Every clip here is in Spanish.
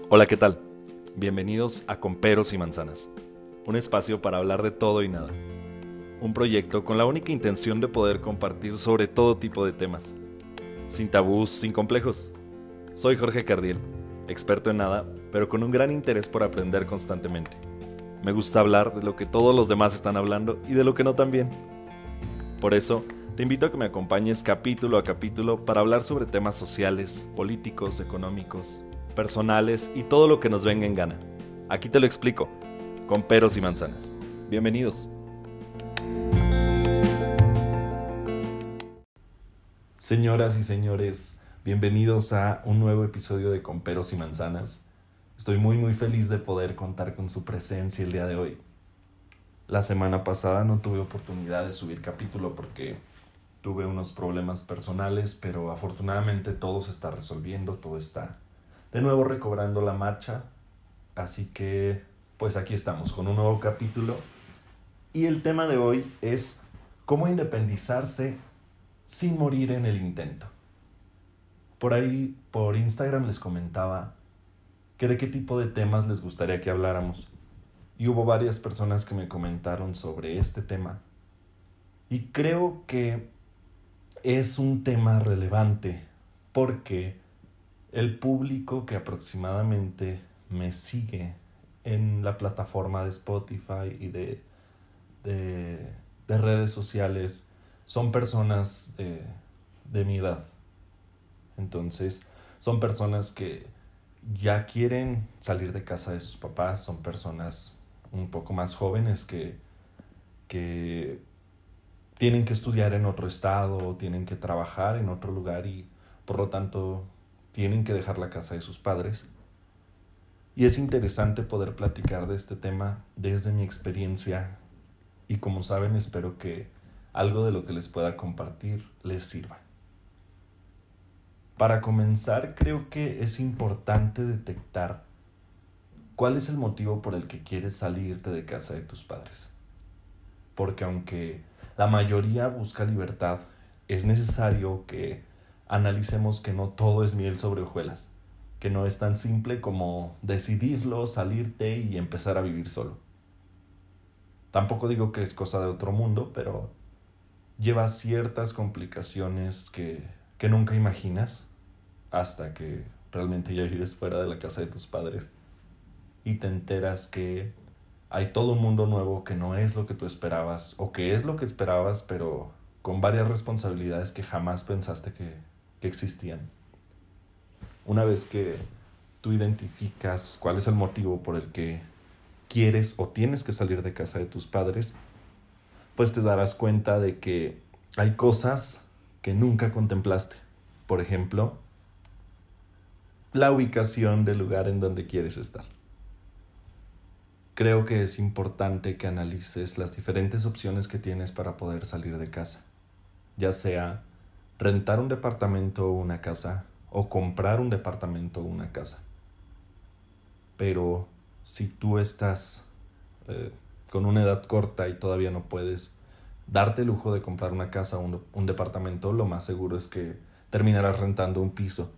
Hola, ¿qué tal? Bienvenidos a Con Peros y Manzanas, un espacio para hablar de todo y nada. Un proyecto con la única intención de poder compartir sobre todo tipo de temas, sin tabús, sin complejos. Soy Jorge Cardiel, experto en nada, pero con un gran interés por aprender constantemente. Me gusta hablar de lo que todos los demás están hablando y de lo que no también. Por eso, te invito a que me acompañes capítulo a capítulo para hablar sobre temas sociales, políticos, económicos, personales y todo lo que nos venga en gana. Aquí te lo explico, con peros y manzanas. Bienvenidos. Señoras y señores, bienvenidos a un nuevo episodio de Con Peros y Manzanas. Estoy muy feliz de poder contar con su presencia el día de hoy. La semana pasada no tuve oportunidad de subir capítulo porque tuve unos problemas personales, pero afortunadamente todo se está resolviendo, todo está de nuevo recobrando la marcha. Así que, pues aquí estamos con un nuevo capítulo. Y el tema de hoy es cómo independizarse sin morir en el intento. Por ahí, por Instagram les comentaba que de qué tipo de temas les gustaría que habláramos. Y hubo varias personas que me comentaron sobre este tema. Y creo que es un tema relevante porque el público que aproximadamente me sigue en la plataforma de Spotify y de redes sociales son personas de mi edad. Entonces, son personas que ya quieren salir de casa de sus papás, son personas un poco más jóvenes que tienen que estudiar en otro estado, tienen que trabajar en otro lugar y por lo tanto tienen que dejar la casa de sus padres. Y es interesante poder platicar de este tema desde mi experiencia y, como saben, espero que algo de lo que les pueda compartir les sirva. Para comenzar, creo que es importante detectar cuál es el motivo por el que quieres salirte de casa de tus padres. Porque aunque la mayoría busca libertad, es necesario que analicemos que no todo es miel sobre hojuelas, que no es tan simple como decidirlo, salirte y empezar a vivir solo. Tampoco digo que es cosa de otro mundo, pero lleva ciertas complicaciones que nunca imaginas hasta que realmente ya vives fuera de la casa de tus padres y te enteras que hay todo un mundo nuevo que no es lo que tú esperabas o que es lo que esperabas, pero con varias responsabilidades que jamás pensaste que existían. Una vez que tú identificas cuál es el motivo por el que quieres o tienes que salir de casa de tus padres, pues te darás cuenta de que hay cosas que nunca contemplaste. Por ejemplo, la ubicación del lugar en donde quieres estar. Creo que es importante que analices las diferentes opciones que tienes para poder salir de casa, ya sea rentar un departamento o una casa o comprar un departamento o una casa. Pero si tú estás con una edad corta y todavía no puedes darte el lujo de comprar una casa o un departamento, lo más seguro es que terminarás rentando un piso.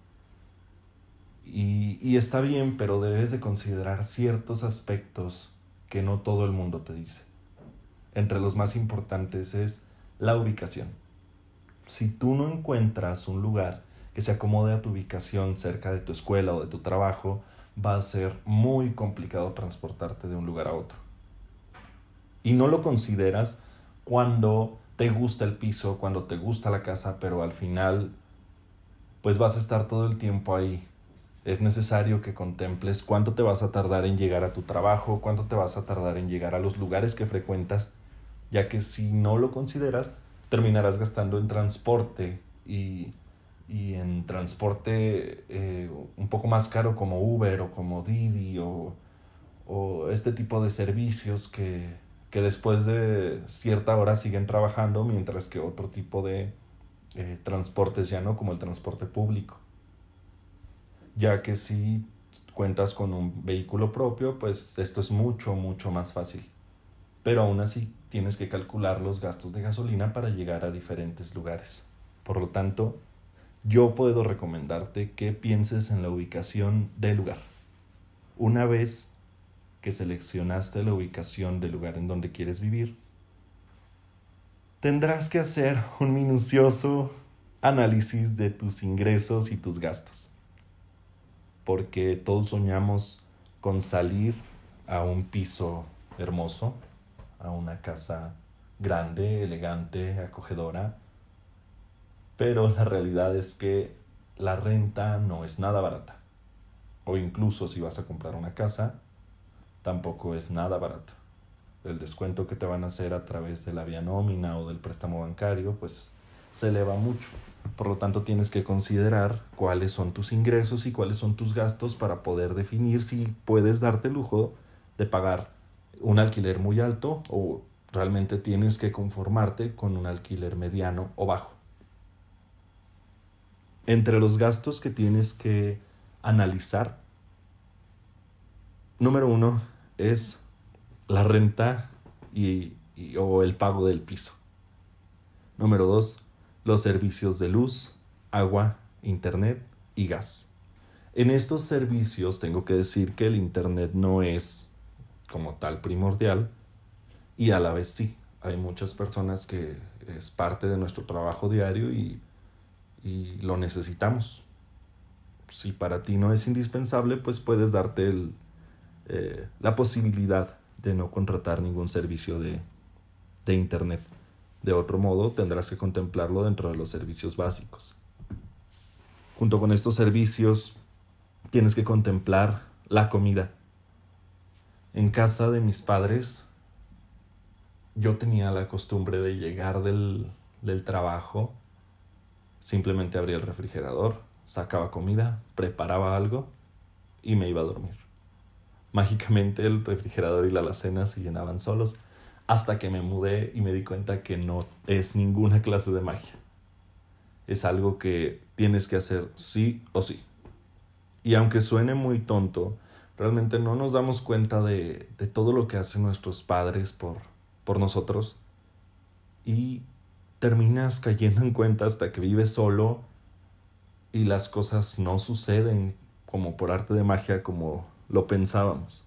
Y está bien, pero debes de considerar ciertos aspectos que no todo el mundo te dice. Entre los más importantes es la ubicación. Si tú no encuentras un lugar que se acomode a tu ubicación cerca de tu escuela o de tu trabajo, va a ser muy complicado transportarte de un lugar a otro. Y no lo consideras cuando te gusta el piso, cuando te gusta la casa, pero al final pues vas a estar todo el tiempo ahí. Es necesario que contemples cuánto te vas a tardar en llegar a tu trabajo, cuánto te vas a tardar en llegar a los lugares que frecuentas, ya que si no lo consideras, terminarás gastando en transporte y en transporte un poco más caro como Uber o como Didi o este tipo de servicios que después de cierta hora siguen trabajando, mientras que otro tipo de transportes ya no, como el transporte público. Ya que si cuentas con un vehículo propio, pues esto es mucho más fácil. Pero aún así tienes que calcular los gastos de gasolina para llegar a diferentes lugares. Por lo tanto, yo puedo recomendarte que pienses en la ubicación del lugar. Una vez que seleccionaste la ubicación del lugar en donde quieres vivir, tendrás que hacer un minucioso análisis de tus ingresos y tus gastos, porque todos soñamos con salir a un piso hermoso, a una casa grande, elegante, acogedora, pero la realidad es que la renta no es nada barata, o incluso si vas a comprar una casa, tampoco es nada barato. El descuento que te van a hacer a través de la vía nómina o del préstamo bancario, pues se eleva mucho. Por lo tanto, tienes que considerar cuáles son tus ingresos y cuáles son tus gastos para poder definir si puedes darte el lujo de pagar un alquiler muy alto o realmente tienes que conformarte con un alquiler mediano o bajo. Entre los gastos que tienes que analizar, número 1 es la renta o el pago del piso. Número 2, los servicios de luz, agua, internet y gas. En estos servicios tengo que decir que el internet no es como tal primordial y a la vez sí. Hay muchas personas que es parte de nuestro trabajo diario y lo necesitamos. Si para ti no es indispensable, pues puedes darte la posibilidad de no contratar ningún servicio de internet. De otro modo, tendrás que contemplarlo dentro de los servicios básicos. Junto con estos servicios, tienes que contemplar la comida. En casa de mis padres, yo tenía la costumbre de llegar del trabajo, simplemente abría el refrigerador, sacaba comida, preparaba algo y me iba a dormir. Mágicamente el refrigerador y la alacena se llenaban solos hasta que me mudé y me di cuenta que no es ninguna clase de magia. Es algo que tienes que hacer sí o sí. Y aunque suene muy tonto, realmente no nos damos cuenta de todo lo que hacen nuestros padres por nosotros y terminas cayendo en cuenta hasta que vives solo y las cosas no suceden como por arte de magia como lo pensábamos.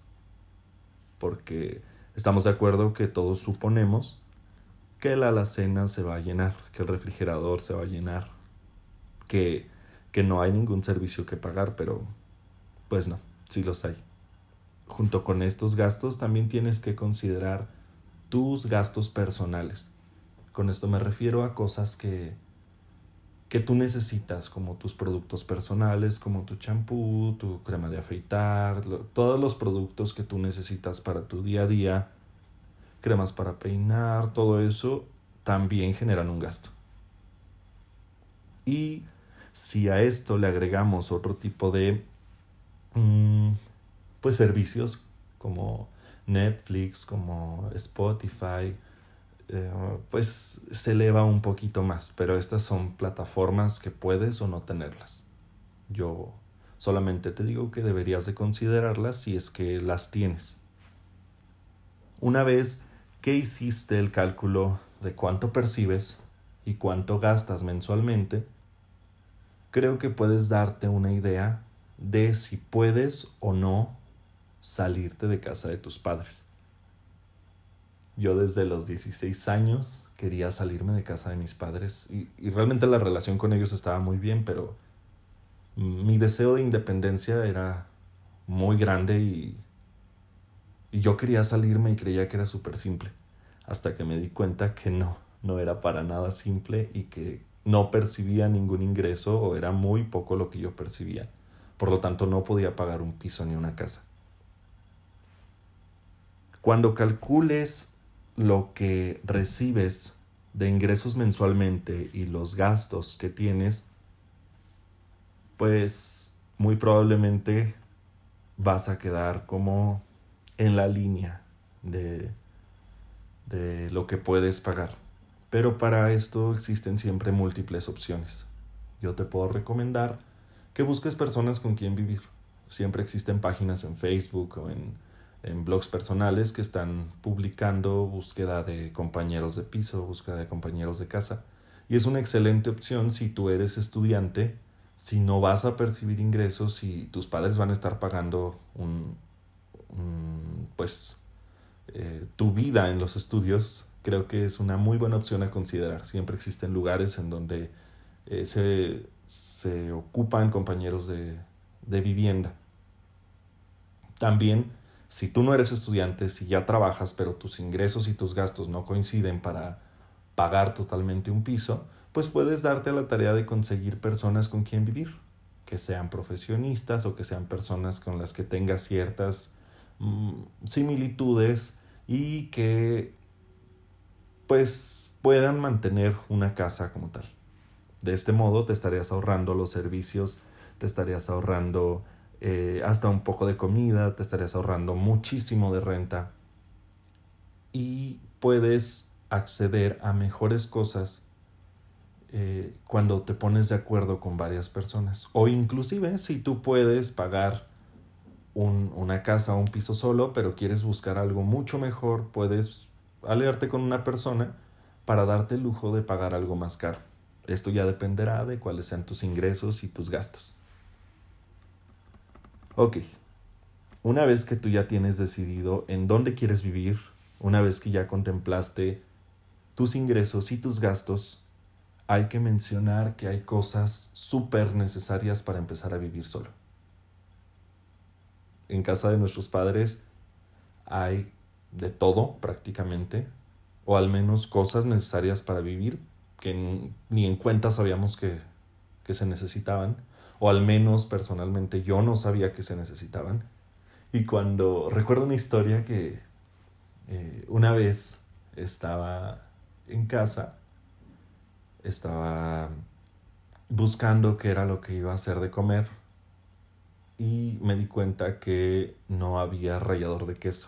Porque estamos de acuerdo que todos suponemos que la alacena se va a llenar, que el refrigerador se va a llenar, que no hay ningún servicio que pagar, pero pues no, sí los hay. Junto con estos gastos también tienes que considerar tus gastos personales. Con esto me refiero a cosas que tú necesitas, como tus productos personales, como tu champú, tu crema de afeitar, todos los productos que tú necesitas para tu día a día, cremas para peinar, todo eso también generan un gasto. Y si a esto le agregamos otro tipo de pues servicios como Netflix, como Spotify, pues se eleva un poquito más, pero estas son plataformas que puedes o no tenerlas. Yo solamente te digo que deberías de considerarlas si es que las tienes. Una vez que hiciste el cálculo de cuánto percibes y cuánto gastas mensualmente, creo que puedes darte una idea de si puedes o no salirte de casa de tus padres. Yo desde los 16 años quería salirme de casa de mis padres y realmente la relación con ellos estaba muy bien, pero mi deseo de independencia era muy grande y yo quería salirme y creía que era súper simple, hasta que me di cuenta que no era para nada simple y que no percibía ningún ingreso o era muy poco lo que yo percibía. Por lo tanto, no podía pagar un piso ni una casa. Cuando calcules lo que recibes de ingresos mensualmente y los gastos que tienes, pues muy probablemente vas a quedar como en la línea de lo que puedes pagar. Pero para esto existen siempre múltiples opciones. Yo te puedo recomendar que busques personas con quien vivir. Siempre existen páginas en Facebook o en blogs personales que están publicando búsqueda de compañeros de piso, búsqueda de compañeros de casa. Y es una excelente opción si tú eres estudiante si no vas a percibir ingresos y tus padres van a estar pagando pues tu vida en los estudios, creo que es una muy buena opción a considerar. Siempre existen lugares en donde se ocupan compañeros de vivienda. También, si tú no eres estudiante, si ya trabajas, pero tus ingresos y tus gastos no coinciden para pagar totalmente un piso, pues puedes darte a la tarea de conseguir personas con quien vivir, que sean profesionistas o que sean personas con las que tengas ciertas similitudes y que pues puedan mantener una casa como tal. De este modo te estarías ahorrando los servicios, te estarías ahorrando hasta un poco de comida, te estarías ahorrando muchísimo de renta y puedes acceder a mejores cosas cuando te pones de acuerdo con varias personas. O inclusive si tú puedes pagar una casa o un piso solo, pero quieres buscar algo mucho mejor, puedes aliarte con una persona para darte el lujo de pagar algo más caro. Esto ya dependerá de cuáles sean tus ingresos y tus gastos. Ok, una vez que tú ya tienes decidido en dónde quieres vivir, una vez que ya contemplaste tus ingresos y tus gastos, hay que mencionar que hay cosas súper necesarias para empezar a vivir solo. En casa de nuestros padres hay de todo prácticamente, o al menos cosas necesarias para vivir que ni en cuenta sabíamos que se necesitaban, o al menos personalmente yo no sabía que se necesitaban. Y cuando recuerdo una historia que una vez estaba en casa, estaba buscando qué era lo que iba a hacer de comer y me di cuenta que no había rallador de queso.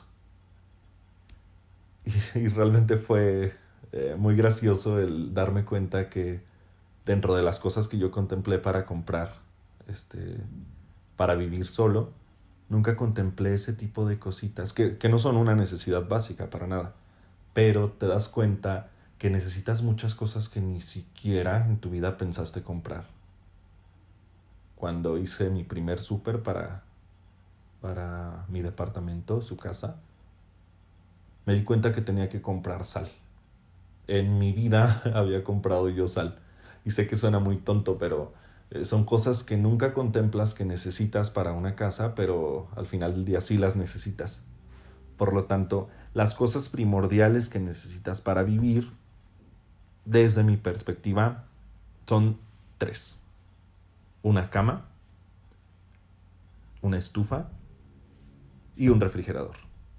Y realmente fue muy gracioso el darme cuenta que dentro de las cosas que yo contemplé para comprar, para vivir solo, nunca contemplé ese tipo de cositas que no son una necesidad básica para nada, pero te das cuenta que necesitas muchas cosas que ni siquiera en tu vida pensaste comprar. Cuando hice mi primer súper para mi departamento, su casa, me di cuenta que tenía que comprar sal. En mi vida había comprado yo sal. Y sé que suena muy tonto, pero son cosas que nunca contemplas que necesitas para una casa, pero al final del día sí las necesitas. Por lo tanto, las cosas primordiales que necesitas para vivir, desde mi perspectiva, son 3. Una cama, una estufa y un refrigerador.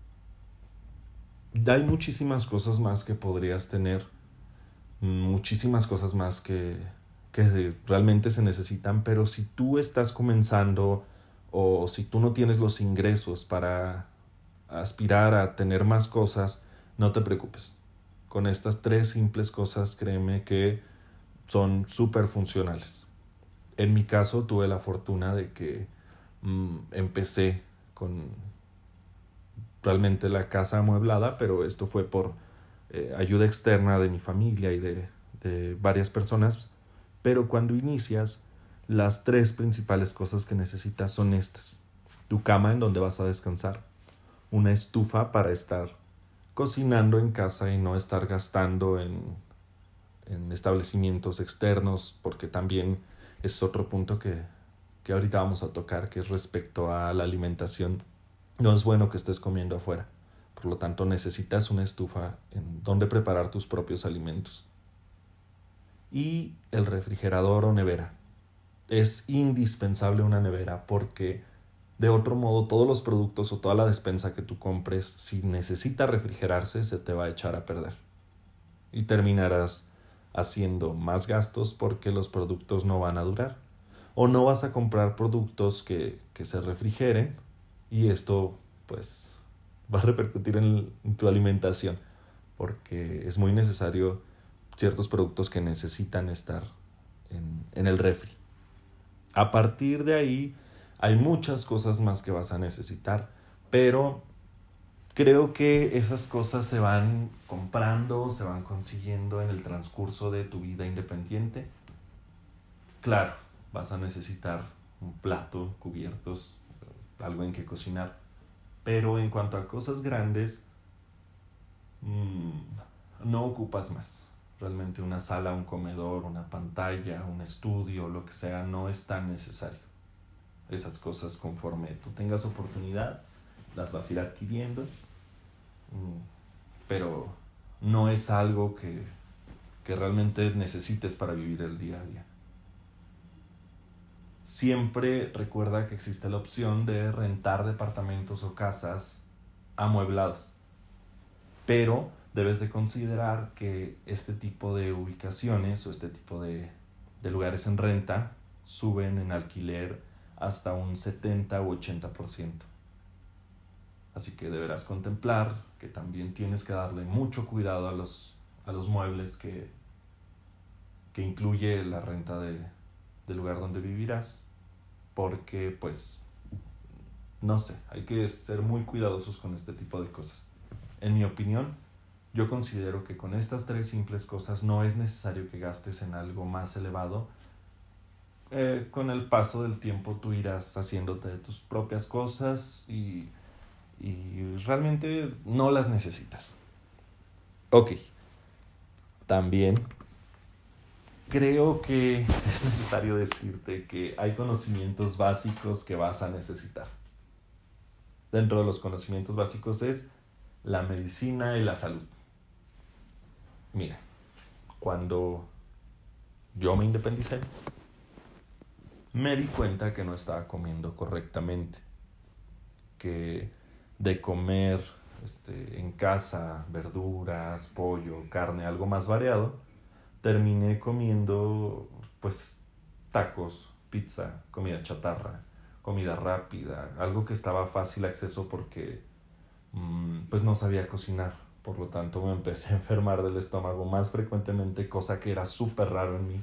Hay muchísimas cosas más que podrías tener, muchísimas cosas más que realmente se necesitan, pero si tú estás comenzando o si tú no tienes los ingresos para aspirar a tener más cosas, no te preocupes. Con estas 3 simples cosas, créeme que son súper funcionales. En mi caso, tuve la fortuna de que empecé con realmente la casa amueblada, pero esto fue por ayuda externa de mi familia y de varias personas. Pero cuando inicias, las 3 principales cosas que necesitas son estas: tu cama en donde vas a descansar, una estufa para estar cocinando en casa y no estar gastando en establecimientos externos, porque también es otro punto que ahorita vamos a tocar, que es respecto a la alimentación. No es bueno que estés comiendo afuera, por lo tanto necesitas una estufa en donde preparar tus propios alimentos. Y el refrigerador o nevera. Es indispensable una nevera porque de otro modo todos los productos o toda la despensa que tú compres, si necesita refrigerarse, se te va a echar a perder. Y terminarás haciendo más gastos porque los productos no van a durar. O no vas a comprar productos que se refrigeren y esto pues va a repercutir en tu alimentación porque es muy necesario ciertos productos que necesitan estar en el refri. A partir de ahí hay muchas cosas más que vas a necesitar, pero creo que esas cosas se van comprando, se van consiguiendo en el transcurso de tu vida independiente. Claro, vas a necesitar un plato, cubiertos, algo en que cocinar. Pero en cuanto a cosas grandes, no ocupas más. Realmente una sala, un comedor, una pantalla, un estudio, lo que sea, no es tan necesario. Esas cosas, conforme tú tengas oportunidad, las vas a ir adquiriendo, pero no es algo que realmente necesites para vivir el día a día. Siempre recuerda que existe la opción de rentar departamentos o casas amueblados, pero debes de considerar que este tipo de ubicaciones o este tipo de lugares en renta suben en alquiler hasta un 70 u 80%. Así que deberás contemplar que también tienes que darle mucho cuidado a los muebles que incluye la renta del lugar donde vivirás, porque pues no sé, hay que ser muy cuidadosos con este tipo de cosas. En mi opinión, yo considero que con estas 3 simples cosas no es necesario que gastes en algo más elevado. Con el paso del tiempo tú irás haciéndote de tus propias cosas y realmente no las necesitas. Ok, también creo que es necesario decirte que hay conocimientos básicos que vas a necesitar. Dentro de los conocimientos básicos es la medicina y la salud. Mira, cuando yo me independicé, me di cuenta que no estaba comiendo correctamente, que de comer en casa verduras, pollo, carne, algo más variado, terminé comiendo pues tacos, pizza, comida chatarra, comida rápida, algo que estaba fácil acceso porque pues no sabía cocinar. Por lo tanto me empecé a enfermar del estómago más frecuentemente, cosa que era súper raro en mí.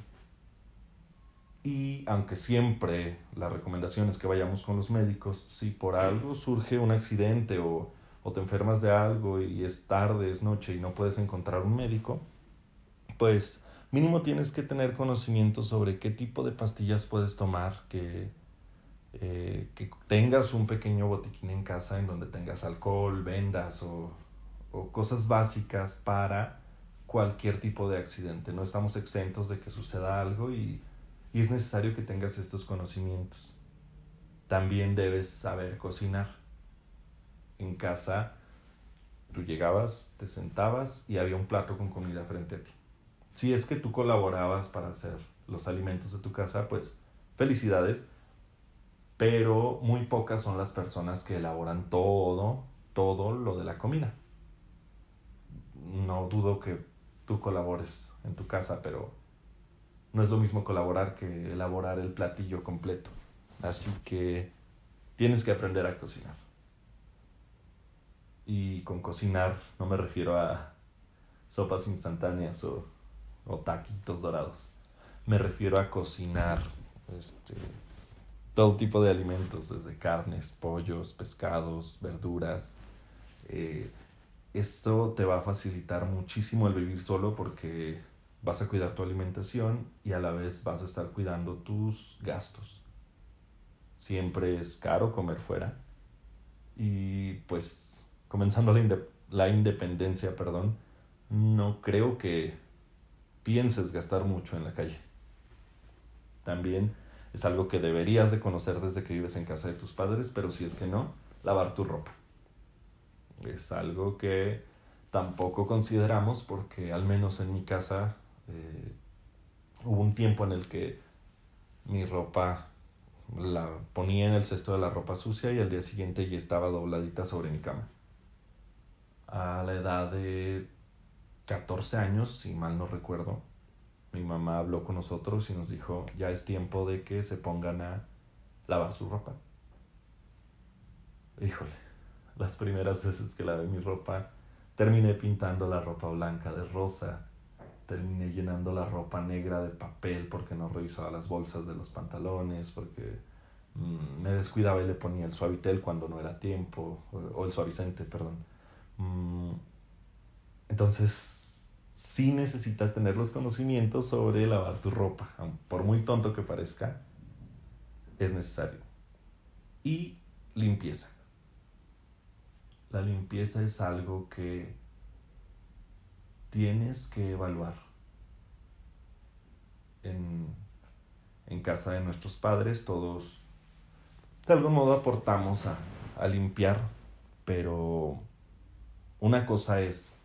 Y aunque siempre la recomendación es que vayamos con los médicos, si por algo surge un accidente o te enfermas de algo y es tarde, es noche y no puedes encontrar un médico, pues mínimo tienes que tener conocimiento sobre qué tipo de pastillas puedes tomar, que tengas un pequeño botiquín en casa en donde tengas alcohol, vendas o cosas básicas para cualquier tipo de accidente. No estamos exentos de que suceda algo y es necesario que tengas estos conocimientos. También debes saber cocinar. En casa, tú llegabas, te sentabas y había un plato con comida frente a ti. Si es que tú colaborabas para hacer los alimentos de tu casa, pues felicidades, pero muy pocas son las personas que elaboran todo lo de la comida. No dudo que tú colabores en tu casa, pero no es lo mismo colaborar que elaborar el platillo completo. Así que tienes que aprender a cocinar. Y con cocinar no me refiero a sopas instantáneas o taquitos dorados. Me refiero a cocinar todo tipo de alimentos, desde carnes, pollos, pescados, verduras. Eh, Esto te va a facilitar muchísimo el vivir solo porque vas a cuidar tu alimentación y a la vez vas a estar cuidando tus gastos. Siempre es caro comer fuera y pues comenzando la independencia, perdón, no creo que pienses gastar mucho en la calle. También es algo que deberías de conocer desde que vives en casa de tus padres, pero si es que no, lavar tu ropa. Es algo que tampoco consideramos porque al menos en mi casa hubo un tiempo en el que mi ropa la ponía en el cesto de la ropa sucia y al día siguiente ya estaba dobladita sobre mi cama. A la edad de 14 años, si mal no recuerdo, mi mamá habló con nosotros y nos dijo, ya es tiempo de que se pongan a lavar su ropa. Híjole, las primeras veces que lavé mi ropa, terminé pintando la ropa blanca de rosa, terminé llenando la ropa negra de papel porque no revisaba las bolsas de los pantalones, porque me descuidaba y le ponía el suavitel cuando no era tiempo, o el suavicente, perdón. Entonces, sí necesitas tener los conocimientos sobre lavar tu ropa, por muy tonto que parezca. es necesario. Y limpieza. La limpieza es algo que tienes que evaluar. En casa de nuestros padres todos de algún modo aportamos a limpiar, pero una cosa es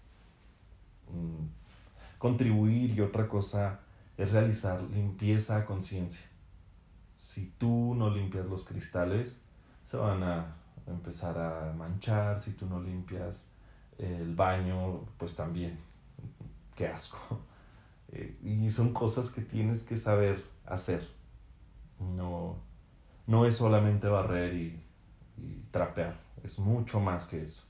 contribuir y otra cosa es realizar limpieza a conciencia. Si tú no limpias los cristales, se van a empezar a manchar. Si tú no limpias el baño, pues también, qué asco. Y son cosas que tienes que saber hacer. No es solamente barrer y trapear, es mucho más que eso.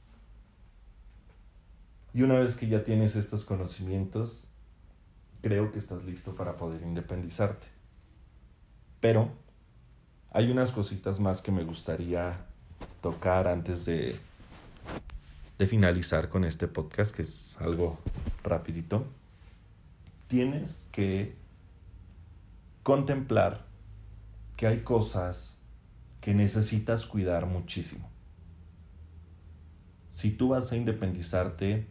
Y una vez que ya tienes estos conocimientos, creo que estás listo para poder independizarte. Pero hay unas cositas más que me gustaría tocar antes de finalizar con este podcast, que es algo rapidito. Tienes que contemplar que hay cosas que necesitas cuidar muchísimo. Si tú vas a independizarte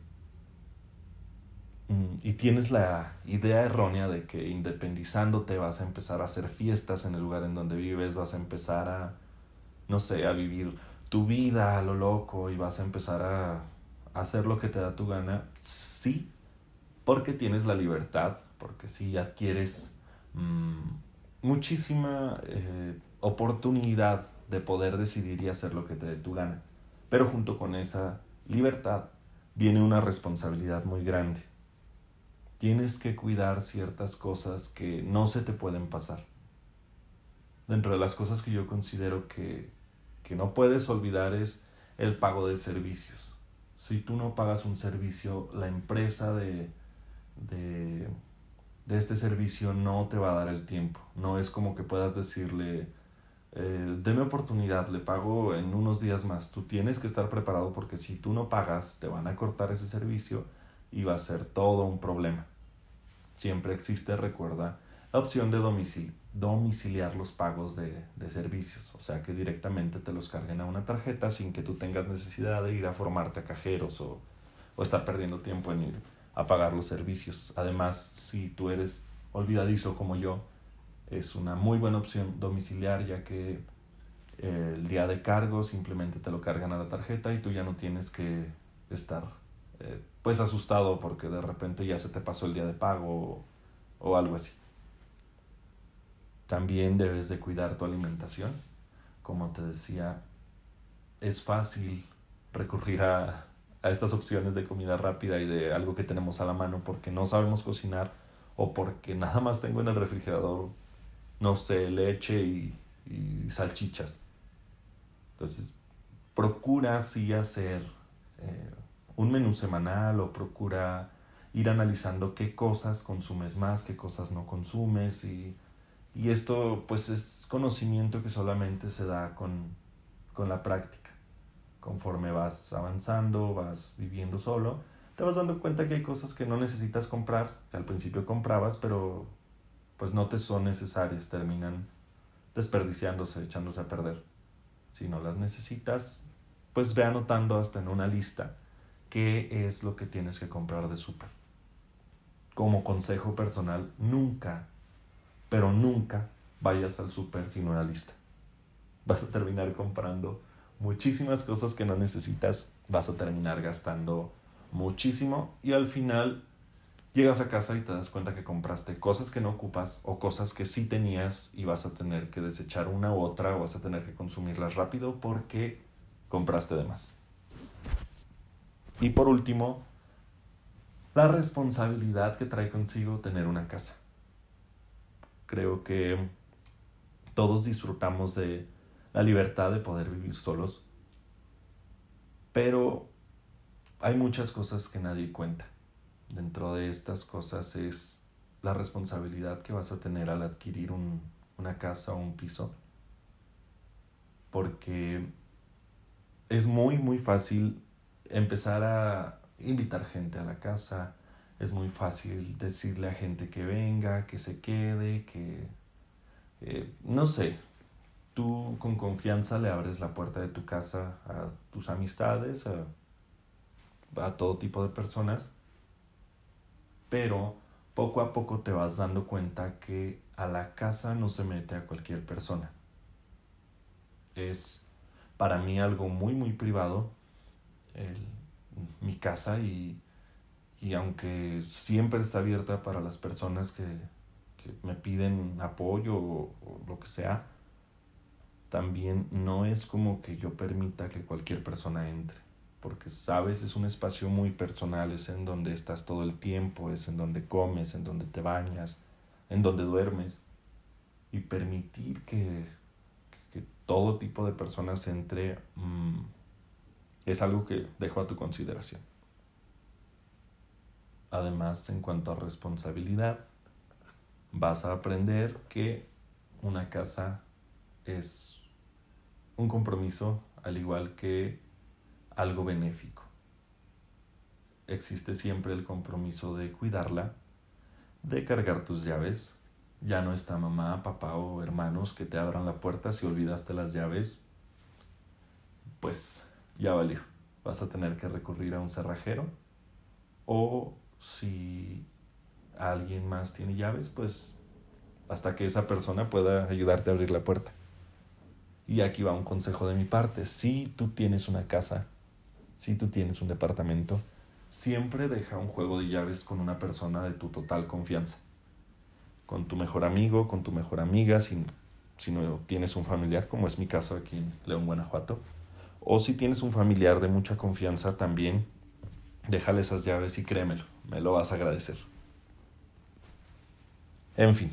y tienes la idea errónea de que independizándote vas a empezar a hacer fiestas en el lugar en donde vives, vas a empezar a, no sé, a vivir tu vida a lo loco y vas a empezar a hacer lo que te da tu gana, sí, porque tienes la libertad, porque sí adquieres muchísima oportunidad de poder decidir y hacer lo que te dé tu gana. Pero junto con esa libertad viene una responsabilidad muy grande. Tienes que cuidar ciertas cosas que no se te pueden pasar. Dentro de las cosas que yo considero que no puedes olvidar es el pago de servicios. Si tú no pagas un servicio, la empresa de este servicio no te va a dar el tiempo. No es como que puedas decirle, deme oportunidad, le pago en unos días más. Tú tienes que estar preparado porque si tú no pagas, te van a cortar ese servicio y va a ser todo un problema. Siempre existe, recuerda, la opción de domiciliar los pagos de servicios. O sea, que directamente te los carguen a una tarjeta sin que tú tengas necesidad de ir a formarte a cajeros o estar perdiendo tiempo en ir a pagar los servicios. Además, si tú eres olvidadizo como yo, es una muy buena opción domiciliar, ya que el día de cargo simplemente te lo cargan a la tarjeta y tú ya no tienes que estar pues asustado porque de repente ya se te pasó el día de pago o algo así. También debes de cuidar tu alimentación. Como te decía, es fácil recurrir a estas opciones de comida rápida y de algo que tenemos a la mano porque no sabemos cocinar o porque nada más tengo en el refrigerador, no sé, leche y salchichas. Entonces, procura sí hacer un menú semanal o procura ir analizando qué cosas consumes más, qué cosas no consumes y esto pues es conocimiento que solamente se da con la práctica. Conforme vas avanzando, vas viviendo solo, te vas dando cuenta que hay cosas que no necesitas comprar, que al principio comprabas, pero pues no te son necesarias, terminan desperdiciándose, echándose a perder. Si no las necesitas, pues ve anotando hasta en una lista qué es lo que tienes que comprar de súper. Como consejo personal, nunca, pero nunca vayas al súper sin una lista. Vas a terminar comprando muchísimas cosas que no necesitas, vas a terminar gastando muchísimo y al final llegas a casa y te das cuenta que compraste cosas que no ocupas o cosas que sí tenías y vas a tener que desechar una u otra o vas a tener que consumirlas rápido porque compraste de más. Y por último, la responsabilidad que trae consigo tener una casa. Creo que todos disfrutamos de la libertad de poder vivir solos, pero hay muchas cosas que nadie cuenta. Dentro de estas cosas es la responsabilidad que vas a tener al adquirir una casa o un piso, porque es muy muy fácil empezar a invitar gente a la casa, es muy fácil decirle a gente que venga, que se quede, que no sé, tú con confianza le abres la puerta de tu casa a tus amistades, a todo tipo de personas, pero poco a poco te vas dando cuenta que a la casa no se mete a cualquier persona. Es para mí algo muy muy privado mi casa y aunque siempre está abierta para las personas que me piden apoyo o lo que sea, también no es como que yo permita que cualquier persona entre, porque sabes, es un espacio muy personal, es en donde estás todo el tiempo, es en donde comes, en donde te bañas, en donde duermes, y permitir que todo tipo de personas entre es algo que dejo a tu consideración. Además, en cuanto a responsabilidad, vas a aprender que una casa es un compromiso al igual que algo benéfico. Existe siempre el compromiso de cuidarla, de cargar tus llaves. Ya no está mamá, papá o hermanos que te abran la puerta si olvidaste las llaves. Pues ya valió. Vas a tener que recurrir a un cerrajero, o si alguien más tiene llaves, pues hasta que esa persona pueda ayudarte a abrir la puerta. Y aquí va un consejo de mi parte. Si tú tienes una casa, si tú tienes un departamento, siempre deja un juego de llaves con una persona de tu total confianza. Con tu mejor amigo, con tu mejor amiga, si no tienes un familiar, como es mi caso aquí en León, Guanajuato. O si tienes un familiar de mucha confianza también, déjale esas llaves y créemelo, me lo vas a agradecer. En fin,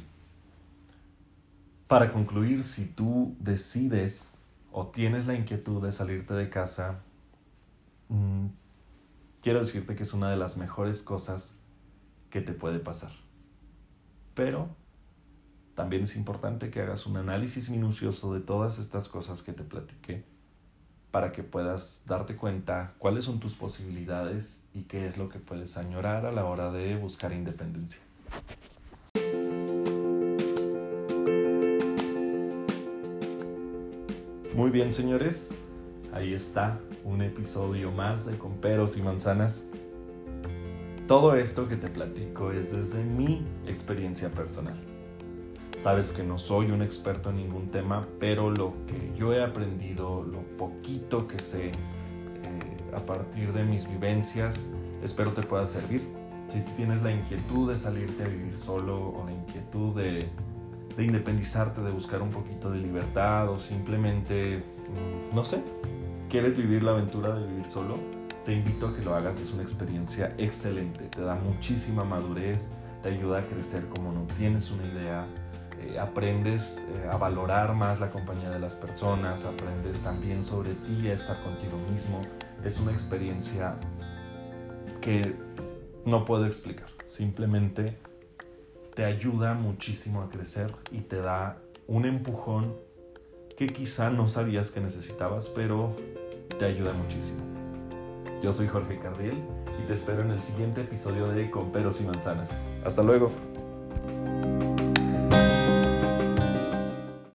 para concluir, si tú decides o tienes la inquietud de salirte de casa, quiero decirte que es una de las mejores cosas que te puede pasar. Pero también es importante que hagas un análisis minucioso de todas estas cosas que te platiqué para que puedas darte cuenta cuáles son tus posibilidades y qué es lo que puedes añorar a la hora de buscar independencia. Muy bien, señores, ahí está un episodio más de Con Peros y Manzanas. Todo esto que te platico es desde mi experiencia personal. Sabes que no soy un experto en ningún tema, pero lo que yo he aprendido, lo poquito que sé a partir de mis vivencias, espero te pueda servir. Si tú tienes la inquietud de salirte a vivir solo o la inquietud de independizarte, de buscar un poquito de libertad o simplemente, no sé, quieres vivir la aventura de vivir solo, te invito a que lo hagas. Es una experiencia excelente, te da muchísima madurez, te ayuda a crecer como no tienes una idea. Aprendes a valorar más la compañía de las personas, aprendes también sobre ti, a estar contigo mismo. Es una experiencia que no puedo explicar, simplemente te ayuda muchísimo a crecer y te da un empujón que quizá no sabías que necesitabas, pero te ayuda muchísimo. Yo soy Jorge Cardiel y te espero en el siguiente episodio de Con Peros y Manzanas. Hasta luego.